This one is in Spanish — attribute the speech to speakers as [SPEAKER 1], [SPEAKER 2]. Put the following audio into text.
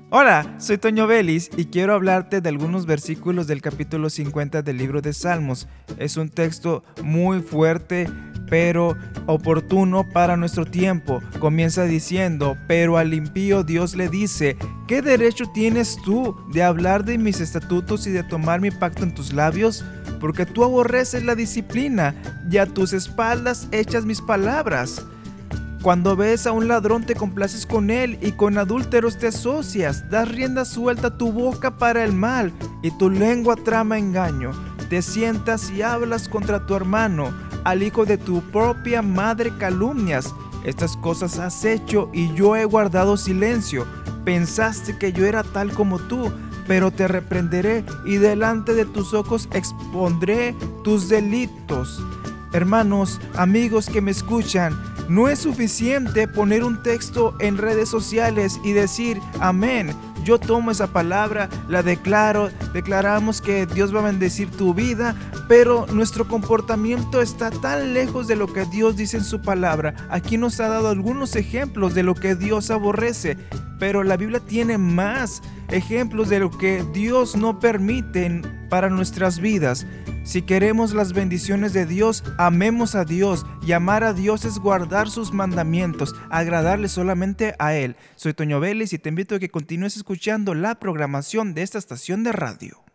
[SPEAKER 1] Hola, soy Toño Vélez y quiero hablarte de algunos versículos del capítulo 50 del libro de Salmos. Es un texto muy fuerte, pero oportuno para nuestro tiempo. Comienza diciendo: pero al impío Dios le dice: ¿qué derecho tienes tú de hablar de mis estatutos y de tomar mi pacto en tus labios? Porque tú aborreces la disciplina y a tus espaldas echas mis palabras. Cuando ves a un ladrón te complaces con él y con adúlteros te asocias. Das rienda suelta a tu boca para el mal y tu lengua trama engaño. Te sientas y hablas contra tu hermano, al hijo de tu propia madre calumnias. Estas cosas has hecho y yo he guardado silencio. Pensaste que yo era tal como tú, pero te reprenderé y delante de tus ojos expondré tus delitos. Hermanos, amigos que me escuchan, no es suficiente poner un texto en redes sociales y decir amén. Yo tomo esa palabra, la declaro, declaramos que Dios va a bendecir tu vida, pero nuestro comportamiento está tan lejos de lo que Dios dice en su palabra. Aquí nos ha dado algunos ejemplos de lo que Dios aborrece, pero la Biblia tiene más ejemplos de lo que Dios no permite para nuestras vidas. Si queremos las bendiciones de Dios, amemos a Dios, y amar a Dios es guardar sus mandamientos, agradarle solamente a Él. Soy Toño Vélez y te invito a que continúes escuchando la programación de esta estación de radio.